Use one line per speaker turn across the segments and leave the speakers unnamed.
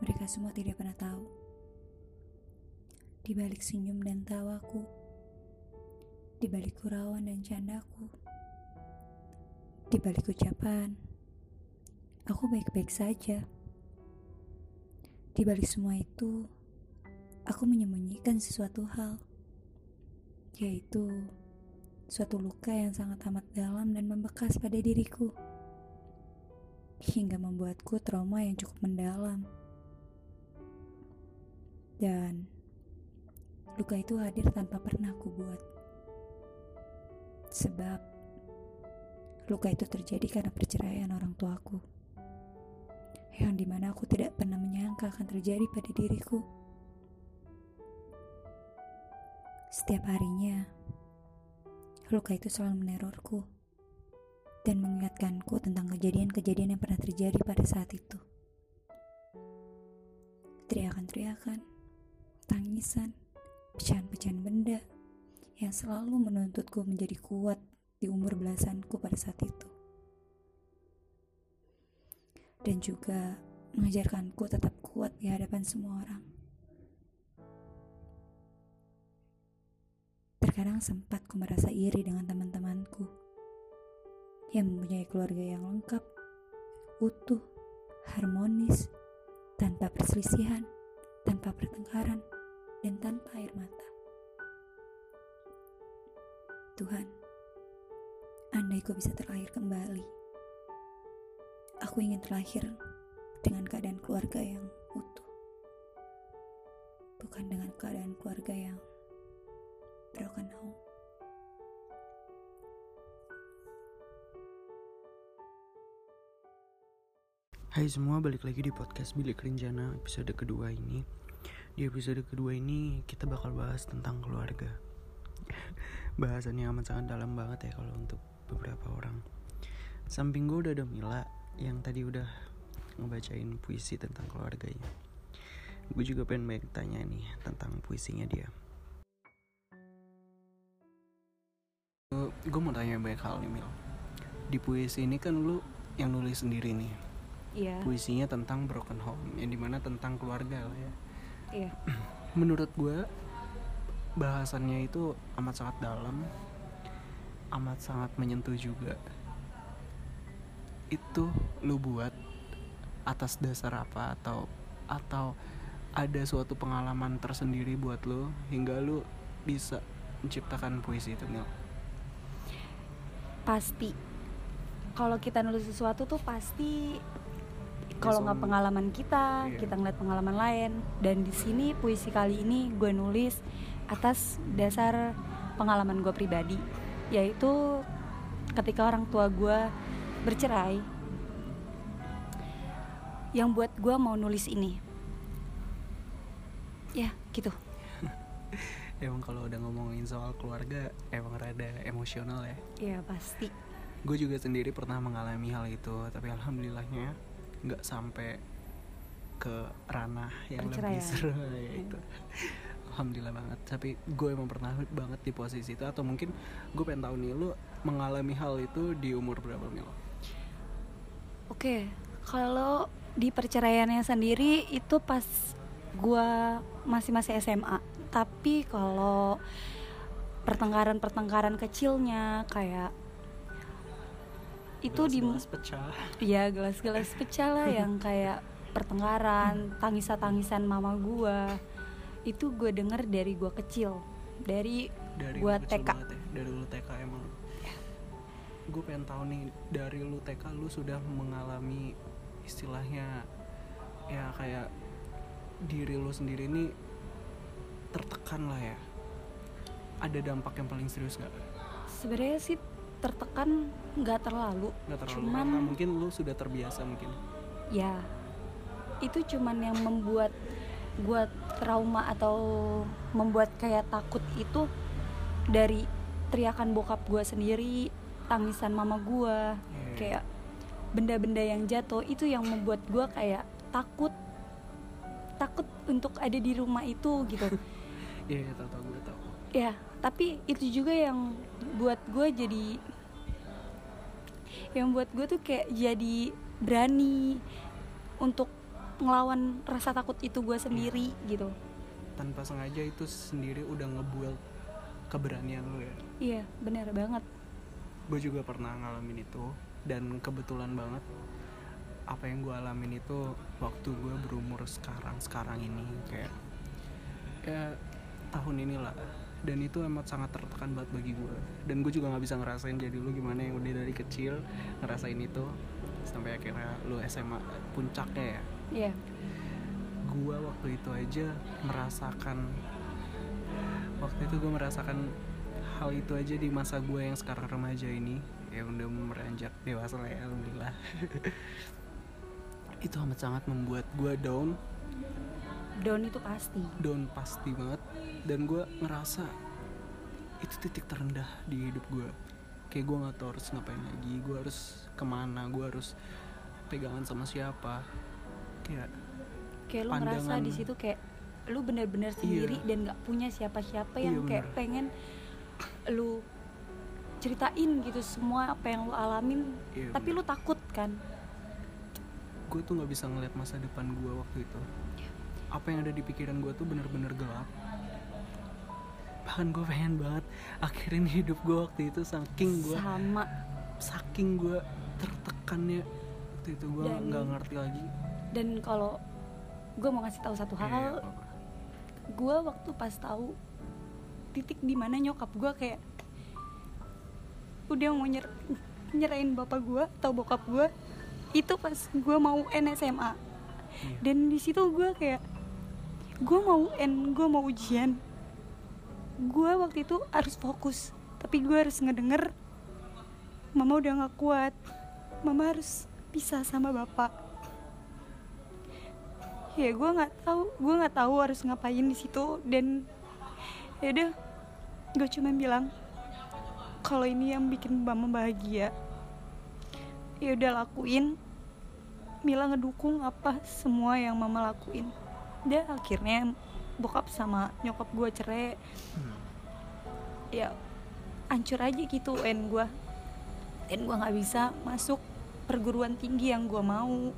Mereka semua tidak pernah tahu. Di balik senyum dan tawaku, di balik gurauan dan candaku, di balik ucapan, aku baik-baik saja. Di balik semua itu, aku menyembunyikan sesuatu hal, yaitu suatu luka yang sangat amat dalam dan membekas pada diriku, hingga membuatku trauma yang cukup mendalam. Dan luka itu hadir tanpa pernah aku buat. Sebab luka itu terjadi karena perceraian orang tuaku, yang dimana aku tidak pernah menyangka akan terjadi pada diriku. Setiap harinya, luka itu selalu menerorku dan mengingatkanku tentang kejadian-kejadian yang pernah terjadi pada saat itu. Teriakan-teriakan, tangisan, pecahan-pecahan benda yang selalu menuntutku menjadi kuat di umur belasanku pada saat itu. Dan juga mengajarkanku tetap kuat di hadapan semua orang. Terkadang sempat ku merasa iri dengan teman-temanku yang mempunyai keluarga yang lengkap, utuh, harmonis, tanpa perselisihan, tanpa pertengkaran, dan tanpa air mata. Tuhan, andai ku bisa terlahir kembali, aku ingin terlahir dengan keadaan keluarga yang utuh, bukan dengan keadaan keluarga yang broken home.
Hai semua, balik lagi di podcast Bilik Renjana episode kedua ini. Di episode kedua ini kita bakal bahas tentang keluarga. Bahasannya amat sangat dalam banget ya kalau untuk beberapa orang. Samping gue udah ada Mila yang tadi udah ngebacain puisi tentang keluarganya. Gue juga pengen banyak tanya nih tentang puisinya dia. Gue mau tanya banyak hal nih Mil. Di puisi ini kan lu yang nulis sendiri nih.
Iya.
Puisinya tentang broken home, yang dimana tentang keluarga lah ya.
Iya.
Menurut gue bahasannya itu amat sangat dalam, amat sangat menyentuh juga. Itu lu buat atas dasar apa, atau ada suatu pengalaman tersendiri buat lu hingga lu bisa menciptakan puisi itu, Mil?
Pasti kalau kita nulis sesuatu tuh pasti kalau nggak pengalaman kita ngeliat pengalaman lain. Dan di sini puisi kali ini gue nulis atas dasar pengalaman gue pribadi, yaitu ketika orang tua gue bercerai, yang buat gue mau nulis ini. Ya gitu.
Emang kalau udah ngomongin soal keluarga emang rada emosional ya.
Iya pasti.
Gue juga sendiri pernah mengalami hal itu, tapi alhamdulillahnya nggak sampai ke ranah yang lebih seru itu. Alhamdulillah banget. Tapi gue emang pernah banget di posisi itu. Atau mungkin gue pengen tahu nih, lu mengalami hal itu di umur berapa, Mil?
Oke, kalau di perceraiannya sendiri itu pas gue masih SMA. Tapi kalau pertengkaran kecilnya kayak itu
gelas pecah.
Iya, gelas pecah lah yang kayak pertengkaran, tangisan mama gue. Itu gue denger dari gue kecil, dari gue TK.
Ya. Dari lu TK emang. Gue pengen tahu nih, dari lu TK lu sudah mengalami istilahnya ya kayak diri lu sendiri nih tertekan lah ya. Ada dampak yang paling serius gak?
Sebenarnya sih tertekan nggak terlalu, cuman
karena mungkin lu sudah terbiasa mungkin.
Ya, itu cuman yang membuat gue trauma atau membuat kayak takut itu dari teriakan bokap gue sendiri, tangisan mama gue, kayak benda-benda yang jatuh itu yang membuat gue kayak takut untuk ada di rumah itu gitu.
Iya, tahu gue tahu.
Ya, tapi itu juga yang buat gue tuh kayak jadi berani untuk ngelawan rasa takut itu gue sendiri gitu.
Tanpa sengaja itu sendiri udah ngebuild keberanian lu ya.
Iya, benar banget.
Gue juga pernah ngalamin itu, dan kebetulan banget apa yang gue alamin itu waktu gue berumur sekarang ini, kayak ya tahun inilah. Dan itu amat sangat tertekan banget bagi gue, dan gue juga nggak bisa ngerasain jadi lu gimana yang udah dari kecil ngerasain itu sampai akhirnya lu SMA puncaknya ya.
Iya.
Gue waktu itu aja merasakan hal itu aja di masa gue yang sekarang remaja ini, yang udah meranjak dewasa lah ya, alhamdulillah. Itu amat sangat membuat gue down
Itu
pasti banget. Dan gue ngerasa itu titik terendah di hidup gue. Kayak gue gak tahu harus ngapain lagi, gue harus kemana, gue harus pegangan sama siapa. Kayak
lu ngerasa di situ kayak lu benar-benar sendiri.
Iya.
Dan nggak punya siapa-siapa yang
Iya,
kayak pengen lu ceritain gitu semua apa yang lu alamin.
Iya,
tapi
bener.
lu takut kan.
Gue tuh nggak bisa ngeliat masa depan gue waktu itu. Apa yang ada di pikiran gue tuh benar-benar gelap. Bahkan gue pengen banget akhirin hidup gue waktu itu, saking gue tertekannya waktu itu. Gue nggak ngerti lagi. Dan
kalau gue mau ngasih tahu satu hal, gue waktu pas tahu titik dimana nyokap gue kayak udah mau nyerahin bapak gue atau bokap gue, itu pas gue mau SMA. Dan di situ gue kayak gue mau ujian, gue waktu itu harus fokus, tapi gue harus ngedenger mama udah nggak kuat, mama harus pisah sama bapak. Ya gue nggak tahu harus ngapain di situ. Dan ya udah, gue cuma bilang kalau ini yang bikin mama bahagia, ya udah lakuin. Mila ngedukung apa semua yang mama lakuin. Dan akhirnya bokap sama nyokap gue cerai. Ya hancur aja gitu gue. Dan gue nggak bisa masuk perguruan tinggi yang gue mau.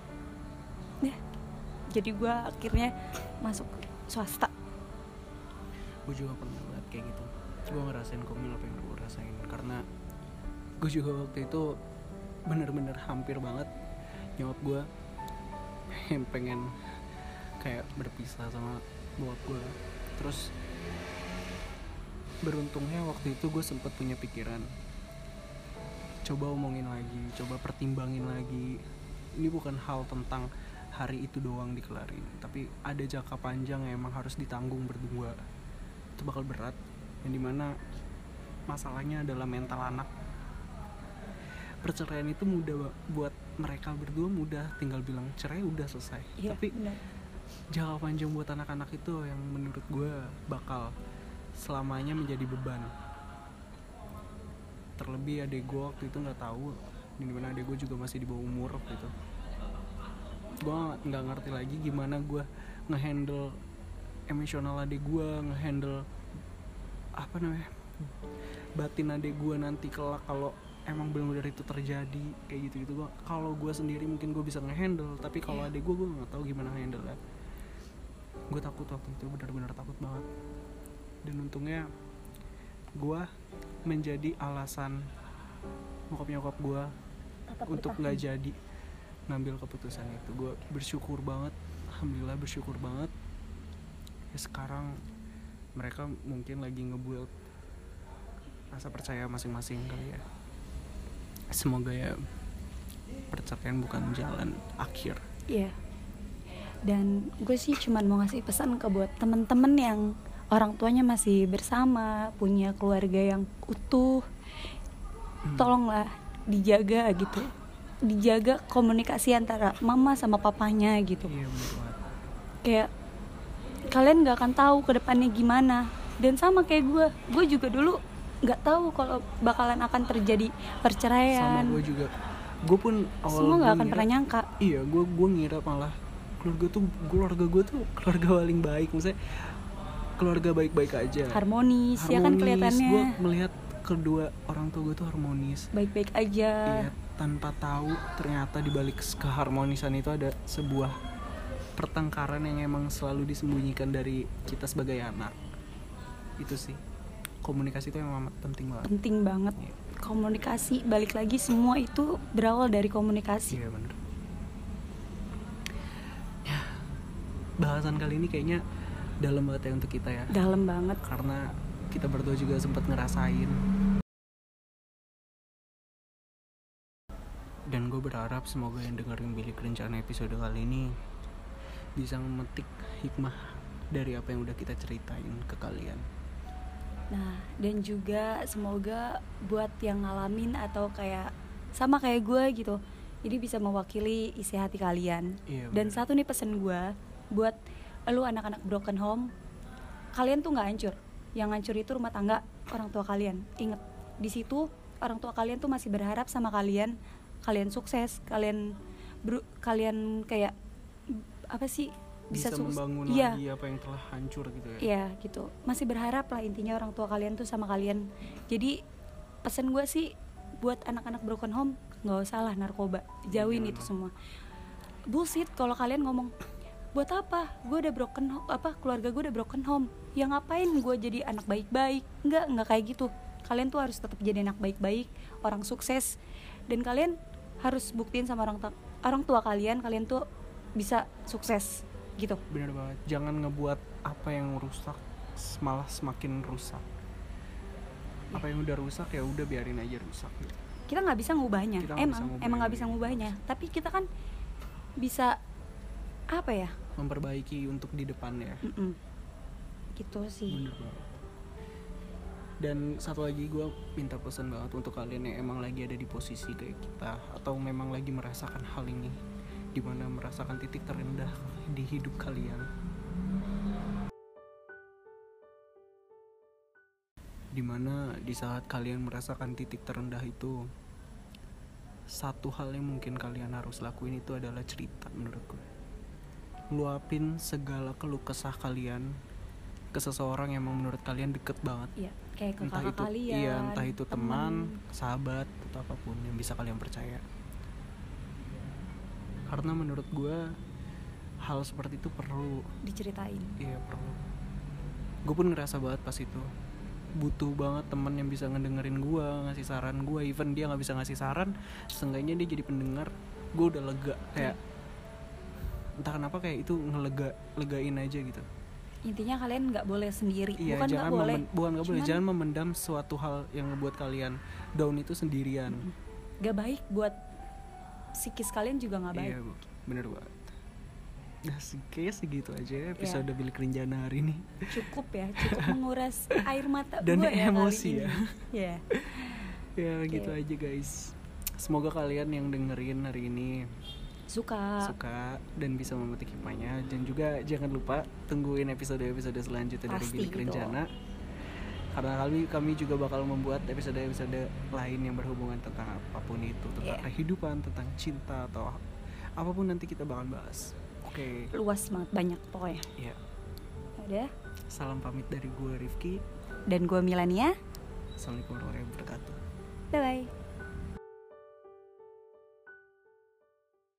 Jadi gue akhirnya masuk swasta.
Gue juga pernah banget kayak gitu. Gue ngerasain komil apa yang gue rasain, karena gue juga waktu itu bener-bener hampir banget nyokap gue yang pengen kayak berpisah sama bokap gue. Terus beruntungnya waktu itu gue sempet punya pikiran, coba omongin lagi, coba pertimbangin lagi. Ini bukan hal tentang hari itu doang dikelarin, tapi ada jangka panjang yang emang harus ditanggung berdua. Itu bakal berat, yang dimana masalahnya adalah mental anak. Perceraian itu mudah buat mereka berdua, mudah, tinggal bilang cerai udah selesai.
Ya,
tapi
bener.
jangka panjang buat anak-anak itu yang menurut gue bakal selamanya menjadi beban. Terlebih adik gue waktu itu nggak tahu, dimana adik gue juga masih di bawah umur waktu itu. Gue nggak ngerti lagi gimana gue ngehandle emosional adik gue, ngehandle batin adik gue nanti kelak kalau emang benar-benar itu terjadi kayak gitu. Kalau gue sendiri mungkin gue bisa ngehandle, tapi kalau adik gue nggak tahu gimana ngehandle ya. Gue takut waktu itu, benar-benar takut banget. Dan untungnya gue menjadi alasan nyokap gue untuk nggak jadi ngambil keputusan itu. Gue bersyukur banget, alhamdulillah bersyukur banget. Ya sekarang mereka mungkin lagi ngebuild rasa percaya masing-masing kali ya. Semoga ya perceraian bukan jalan akhir.
Iya. Dan gue sih cuman mau ngasih pesan ke buat temen-temen yang orang tuanya masih bersama, punya keluarga yang utuh. Tolonglah dijaga gitu. Dijaga komunikasi antara mama sama papanya gitu.
Iya, bener banget.
Kayak kalian gak akan tahu ke depannya gimana. Dan sama kayak gue juga dulu gak tahu kalau bakalan akan terjadi perceraian.
Sama gue juga. Gue pun awal
semua gak akan pernah nyangka.
Iya, gue ngira malah keluarga gue tuh keluarga paling baik, maksudnya keluarga baik-baik aja,
harmonis. Ya kan kelihatannya.
Gue melihat kedua orang tua gue tuh harmonis,
baik-baik aja.
Iya, tanpa tahu ternyata di balik keharmonisan itu ada sebuah pertengkaran yang emang selalu disembunyikan dari kita sebagai anak. Itu sih, komunikasi itu emang amat penting banget.
Penting banget.
Iya.
Komunikasi, balik lagi semua itu berawal dari komunikasi.
Iya bener. Ya, bahasan kali ini kayaknya dalam banget ya untuk kita ya.
Dalam banget.
Karena kita berdua juga sempat ngerasain. Dan gue berharap semoga yang dengerin Bilik Rencana episode kali ini bisa memetik hikmah dari apa yang udah kita ceritain ke kalian.
Nah, dan juga semoga buat yang ngalamin atau kayak sama kayak gue gitu, ini bisa mewakili isi hati kalian.
Iya,
Dan
bener.
satu nih pesen gue buat lu anak-anak broken home, kalian tuh nggak hancur. Yang hancur itu rumah tangga orang tua kalian. Ingat, di situ orang tua kalian tuh masih berharap sama kalian. Kalian sukses, kalian kayak apa sih,
bisa membangun
iya,
lagi apa yang telah hancur gitu ya.
iya gitu, masih berharap lah intinya orang tua kalian tuh sama kalian. Jadi pesan gue sih buat anak-anak broken home, nggak usah lah narkoba, jauhin itu semua bullshit. Kalau kalian ngomong buat apa gue udah broken home, keluarga gue udah broken home, ya ngapain gue jadi anak baik-baik, nggak kayak gitu. Kalian tuh harus tetap jadi anak baik-baik, orang sukses, dan kalian harus buktiin sama orang tua kalian tuh bisa sukses gitu.
Bener banget, jangan ngebuat apa yang rusak malah semakin rusak. Apa yang udah rusak ya udah biarin aja rusak gitu.
Kita nggak bisa ngubahnya, emang nggak bisa ngubahnya, tapi kita kan bisa apa ya,
memperbaiki untuk di depannya.
gitu sih.
Bener banget. Dan satu lagi gue minta pesan banget untuk kalian yang emang lagi ada di posisi kayak kita, atau memang lagi merasakan hal ini, dimana merasakan titik terendah di hidup kalian, dimana di saat kalian merasakan titik terendah itu, satu hal yang mungkin kalian harus lakuin itu adalah cerita. Menurut gue, luapin segala keluh kesah kalian ke seseorang yang emang menurut kalian deket banget.
Iya, kayak ke
Entah
kakak
itu,
kalian,
iya, entah itu teman, sahabat, atau apapun yang bisa kalian percaya. Karena menurut gue hal seperti itu perlu
diceritain.
Iya, perlu. Gue pun ngerasa banget pas itu butuh banget teman yang bisa ngedengerin gue, ngasih saran gue. Even dia nggak bisa ngasih saran, seenggaknya dia jadi pendengar. Gue udah lega, kayak entah kenapa kayak itu legain aja gitu.
Intinya kalian nggak boleh sendiri.
Iya,
bukan nggak boleh,
jangan memendam suatu hal yang ngebuat kalian down itu sendirian.
Gak baik buat psikis kalian juga nggak baik.
Iya, bener banget. Nah, kayaknya segitu aja episode Bilik Rencana hari ini.
Cukup menguras air mata
dan
gue ya
emosi
kali
ya.
Iya.
Ya gitu aja guys. Semoga kalian yang dengerin hari ini suka dan bisa memetik hikmahnya. Dan juga jangan lupa tungguin episode-episode selanjutnya dari Bilik Rencana. Karena kami juga bakal membuat episode-episode lain yang berhubungan tentang apapun itu, tentang kehidupan, tentang cinta, atau apapun nanti kita bakal bahas. Oke.
Luas banget, banyak pokoknya.
Iya.
Udah.
Salam pamit dari gue Rifki
dan gue Milania.
Assalamualaikum warahmatullahi wabarakatuh.
Bye bye.